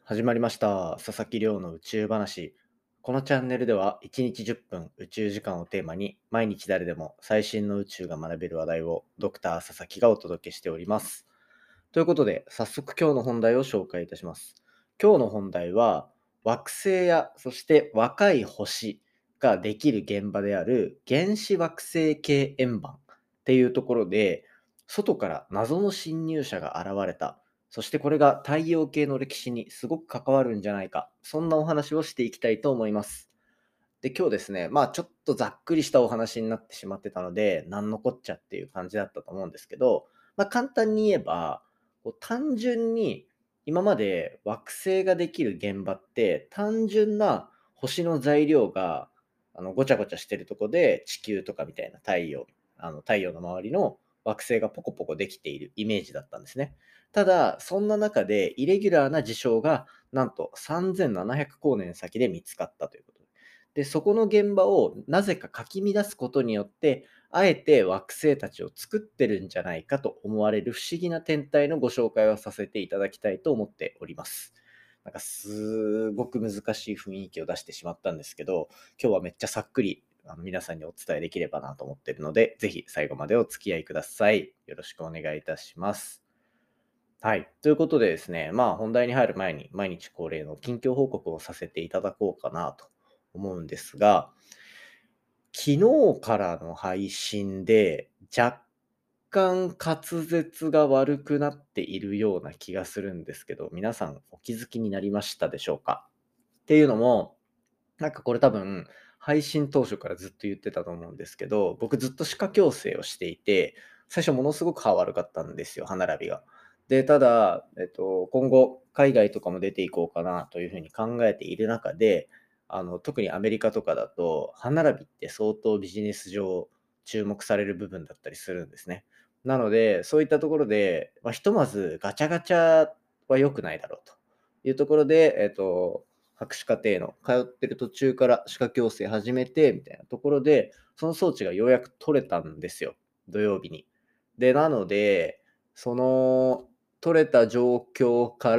始まりました。佐々木亮の宇宙話。このチャンネルでは1日10分宇宙時間をテーマに毎日誰でも最新の宇宙が学べる話題をドクター佐々木がお届けしております。ということで早速今日の本題を紹介いたします。今日の本題は惑星やそして若い星ができる現場である原始惑星系円盤っていうところで外から謎の侵入者が現れた。そしてこれが太陽系の歴史にすごく関わるんじゃないか。そんなお話をしていきたいと思います。で、今日ですね、ちょっとざっくりしたお話になってしまってたので、なんのこっちゃっていう感じだったと思うんですけど、簡単に言えば、単純に今まで惑星ができる現場って、単純な星の材料がごちゃごちゃしてるとこで地球とかみたいな太陽の周りの惑星がポコポコできているイメージだったんですね。ただ、そんな中でイレギュラーな事象がなんと3700光年先で見つかったということで、そこの現場をなぜかかき乱すことによって、あえて惑星たちを作ってるんじゃないかと思われる不思議な天体のご紹介をさせていただきたいと思っております。なんかすごく難しい雰囲気を出してしまったんですけど、今日はめっちゃさっくり皆さんにお伝えできればなと思っているので、ぜひ最後までお付き合いください。よろしくお願いいたします。はい。ということでですね、本題に入る前に毎日恒例の近況報告をさせていただこうかなと思うんですが、昨日からの配信で若干滑舌が悪くなっているような気がするんですけど、皆さんお気づきになりましたでしょうか？っていうのも、なんかこれ多分、配信当初からずっと言ってたと思うんですけど、僕ずっと歯科矯正をしていて、最初ものすごく歯悪かったんですよ、歯並びが。で、ただ、今後、海外とかも出ていこうかなというふうに考えている中で、特にアメリカとかだと、歯並びって相当ビジネス上注目される部分だったりするんですね。なので、そういったところで、ひとまずガチャガチャは良くないだろうというところで、博士課程の通ってる途中から歯科矯正始めて、みたいなところで、その装置がようやく取れたんですよ。土曜日に。で、なので、その取れた状況から、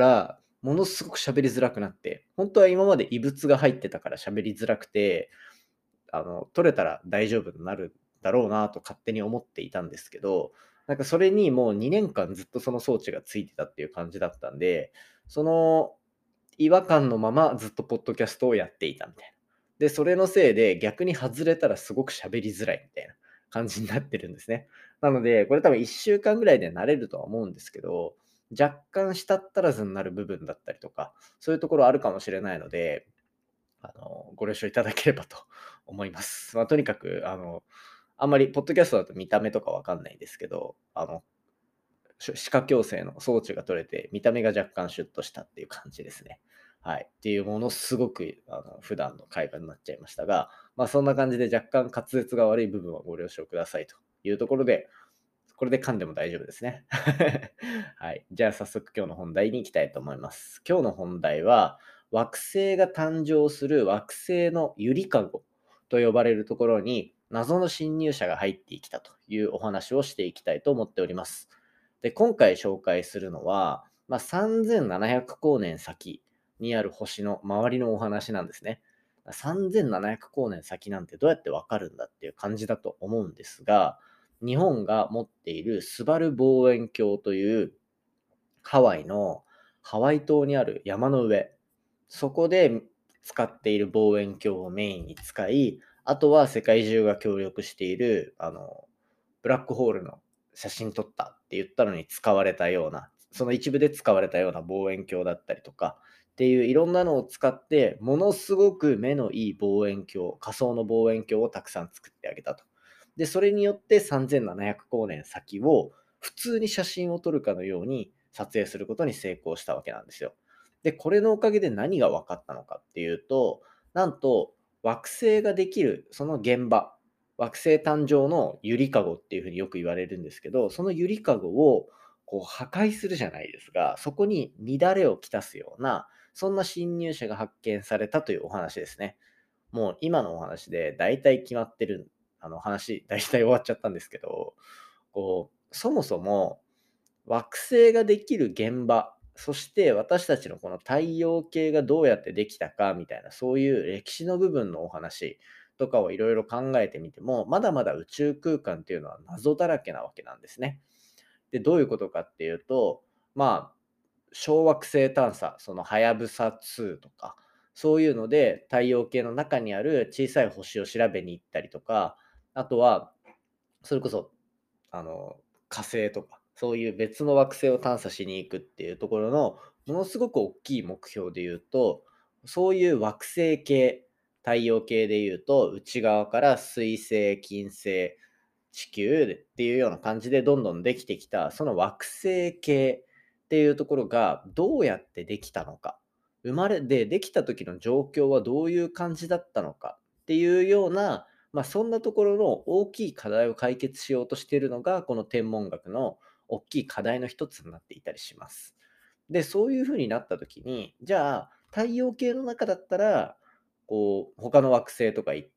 ものすごく喋りづらくなって、本当は今まで異物が入ってたから喋りづらくて、取れたら大丈夫になるだろうなと勝手に思っていたんですけど、なんかそれにもう2年間ずっとその装置がついてたっていう感じだったんで、その違和感のままずっとポッドキャストをやっていたみたいな。で、それのせいで逆に外れたらすごく喋りづらいみたいな感じになってるんですね。なので、これ多分1週間ぐらいで慣れるとは思うんですけど、若干舌足らずになる部分だったりとか、そういうところあるかもしれないので、ご了承いただければと思います。とにかく、あんまりポッドキャストだと見た目とかわかんないですけど、歯科矯正の装置が取れて、見た目が若干シュッとしたっていう感じですね。はい。っていうものすごく、普段の会話になっちゃいましたが、そんな感じで若干滑舌が悪い部分はご了承くださいというところで、これで噛んでも大丈夫ですね。はい。じゃあ早速今日の本題に行きたいと思います。今日の本題は、惑星が誕生する惑星のゆりかごと呼ばれるところに謎の侵入者が入ってきたというお話をしていきたいと思っております。で、今回紹介するのは、3700光年先にある星の周りのお話なんですね。3700光年先なんてどうやってわかるんだっていう感じだと思うんですが、日本が持っているスバル望遠鏡というハワイのハワイ島にある山の上、そこで使っている望遠鏡をメインに使い、あとは世界中が協力している、ブラックホールの写真撮ったって言ったのに使われたような、その一部で使われたような望遠鏡だったりとか、っていういろんなのを使って、ものすごく目のいい望遠鏡、仮想の望遠鏡をたくさん作ってあげたと。で、それによって3700光年先を普通に写真を撮るかのように撮影することに成功したわけなんですよ。で、これのおかげで何が分かったのかっていうと、なんと惑星ができるその現場、惑星誕生のゆりかごっていうふうによく言われるんですけど、そのゆりかごを破壊するじゃないですが、そこに乱れをきたすような、そんな侵入者が発見されたというお話ですね。もう今のお話で大体決まってる、話、大体終わっちゃったんですけど、そもそも惑星ができる現場、 そして私たちのこの太陽系がどうやってできたかみたいな、そういう歴史の部分のお話とかをいろいろ考えてみても、まだまだ宇宙空間っていうのは謎だらけなわけなんですね。で、どういうことかっていうと、まあ、小惑星探査、そのはやぶさ2とか、そういうので太陽系の中にある小さい星を調べに行ったりとか、あとは、それこそ、あの、火星とか、そういう別の惑星を探査しに行くっていうところの、ものすごく大きい目標で言うと、そういう惑星系、太陽系で言うと、内側から水星、金星、地球っていうような感じでどんどんできてきた、その惑星系っていうところがどうやってできたのか、生まれでできた時の状況はどういう感じだったのかっていうような、そんなところの大きい課題を解決しようとしているのが、この天文学の大きい課題の一つになっていたりします。で、そういう風になった時に、じゃあ、太陽系の中だったら、こう、他の惑星とか行って、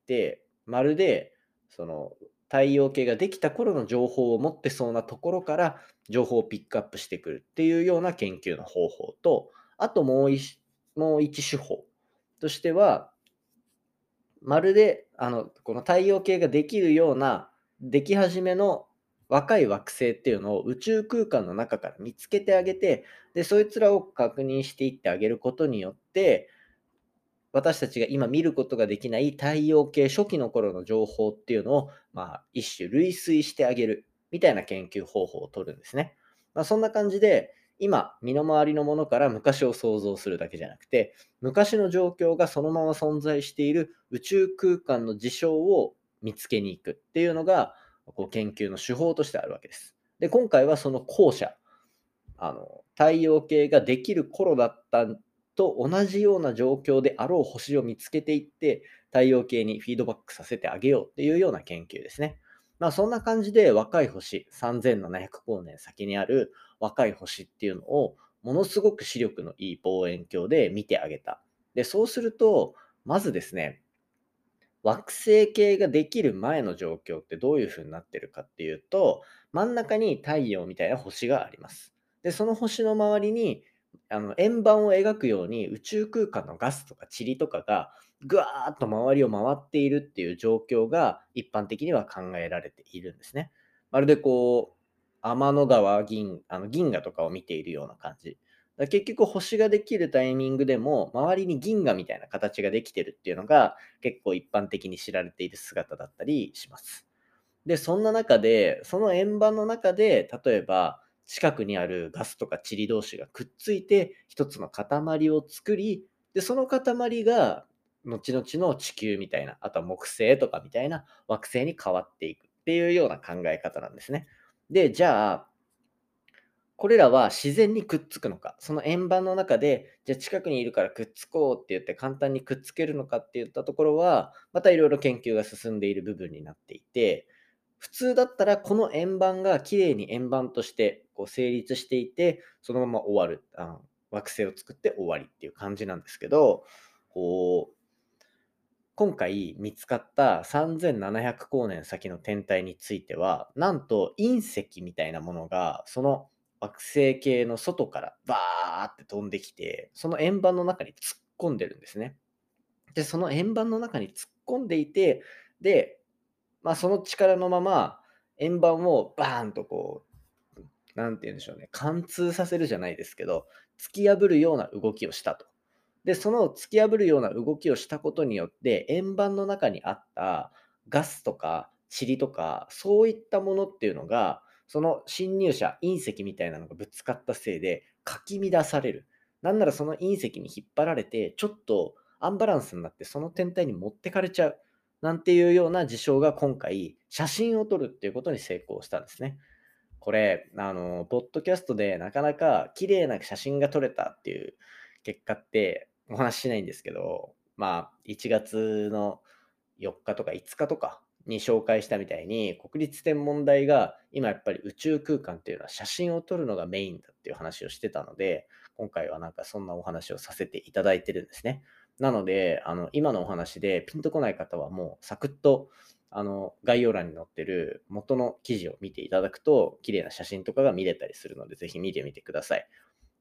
まるで、その、太陽系ができた頃の情報を持ってそうなところから情報をピックアップしてくるっていうような研究の方法と、あともう一手法としては、まるで、この太陽系ができるような、でき始めの若い惑星っていうのを宇宙空間の中から見つけてあげて、で、そいつらを確認していってあげることによって、私たちが今見ることができない太陽系初期の頃の情報っていうのを、一種類推してあげるみたいな研究方法を取るんですね。そんな感じで、今、身の回りのものから昔を想像するだけじゃなくて、昔の状況がそのまま存在している宇宙空間の事象を見つけに行くっていうのが、こう研究の手法としてあるわけです。で、今回はその後者、太陽系ができる頃だったと同じような状況であろう星を見つけていって、太陽系にフィードバックさせてあげようっていうような研究ですね。そんな感じで若い星、3700光年先にある若い星っていうのを、ものすごく視力のいい望遠鏡で見てあげた。で、そうすると、まずですね、惑星系ができる前の状況ってどういう風になってるかっていうと、真ん中に太陽みたいな星があります。で、その星の周りに、円盤を描くように宇宙空間のガスとか塵とかがぐわーっと周りを回っているっていう状況が一般的には考えられているんですね。まるでこう、天の川銀河とかを見ているような感じ。結局星ができるタイミングでも周りに銀河みたいな形ができてるっていうのが結構一般的に知られている姿だったりします。で、そんな中で、その円盤の中で、例えば近くにあるガスとか塵同士がくっついて一つの塊を作り、で、その塊が後々の地球みたいな、あとは木星とかみたいな惑星に変わっていくっていうような考え方なんですね。で、じゃあ、これらは自然にくっつくのか、その円盤の中で、じゃあ近くにいるからくっつこうって言って簡単にくっつけるのかっていったところは、またいろいろ研究が進んでいる部分になっていて、普通だったらこの円盤がきれいに円盤としてこう成立していて、そのまま終わる、惑星を作って終わりっていう感じなんですけど、こう、今回見つかった3700光年先の天体については、なんと隕石みたいなものが、その惑星系の外からバーって飛んできて、その円盤の中に突っ込んでるんですね。で、その円盤の中に突っ込んでいて、で、その力のまま円盤をバーンとこう、なんて言うんでしょうね、貫通させるじゃないですけど、突き破るような動きをしたと。で、その突き破るような動きをしたことによって、円盤の中にあったガスとか塵とか、そういったものっていうのが、その侵入者、隕石みたいなのがぶつかったせいで、かき乱される。なんならその隕石に引っ張られて、ちょっとアンバランスになって、その天体に持ってかれちゃう。なんていうような事象が今回、写真を撮るっていうことに成功したんですね。これ、ポッドキャストでなかなか綺麗な写真が撮れたっていう結果ってお話ししないんですけど、1月の4日とか5日とかに紹介したみたいに、国立天文台が今やっぱり宇宙空間っていうのは写真を撮るのがメインだっていう話をしてたので、今回はなんかそんなお話をさせていただいてるんですね。なので、今のお話でピンとこない方はもうサクッと概要欄に載ってる元の記事を見ていただくと、綺麗な写真とかが見れたりするので、ぜひ見てみてください。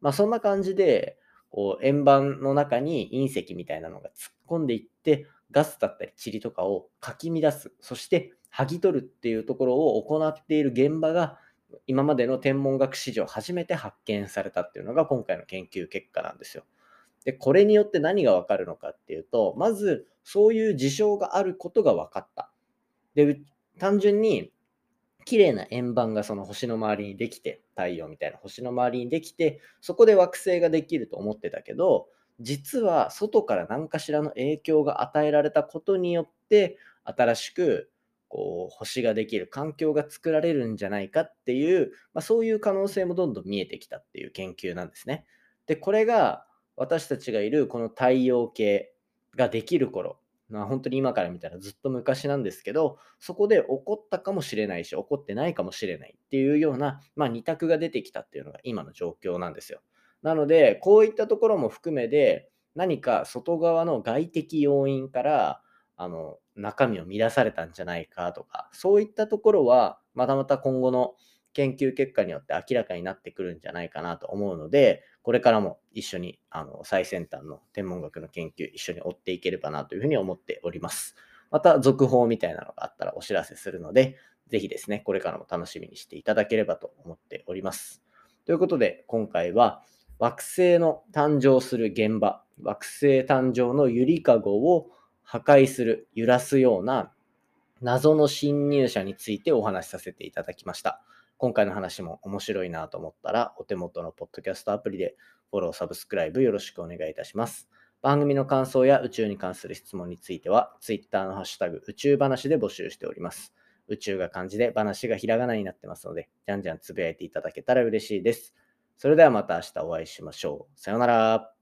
そんな感じで、こう円盤の中に隕石みたいなのが突っ込んでいって、ガスだったり塵とかをかき乱す、そして剥ぎ取るっていうところを行っている現場が、今までの天文学史上初めて発見されたっていうのが今回の研究結果なんですよ。で、これによって何がわかるのかっていうと、まずそういう事象があることが分かった。で、単純に綺麗な円盤がその星の周りにできて、太陽みたいな星の周りにできて、そこで惑星ができると思ってたけど、実は外から何かしらの影響が与えられたことによって、新しく星ができる環境が作られるんじゃないかっていう、そういう可能性もどんどん見えてきたっていう研究なんですね。で、これが私たちがいるこの太陽系ができる頃、本当に今から見たらずっと昔なんですけど、そこで起こったかもしれないし、起こってないかもしれないっていうような、二択が出てきたっていうのが今の状況なんですよ。なので、こういったところも含めで、何か外側の外的要因から、中身を乱されたんじゃないかとか、そういったところは、またまた今後の研究結果によって明らかになってくるんじゃないかなと思うので、これからも一緒に最先端の天文学の研究、一緒に追っていければなというふうに思っております。また続報みたいなのがあったらお知らせするので、ぜひですね、これからも楽しみにしていただければと思っております。ということで、今回は惑星の誕生する現場、惑星誕生のゆりかごを破壊する、揺らすような謎の侵入者についてお話しさせていただきました。今回の話も面白いなと思ったら、お手元のポッドキャストアプリでフォロー、サブスクライブよろしくお願いいたします。番組の感想や宇宙に関する質問については、Twitter のハッシュタグ宇宙話で募集しております。宇宙が漢字で話がひらがなになってますので、じゃんじゃんつぶやいていただけたら嬉しいです。それではまた明日お会いしましょう。さようなら。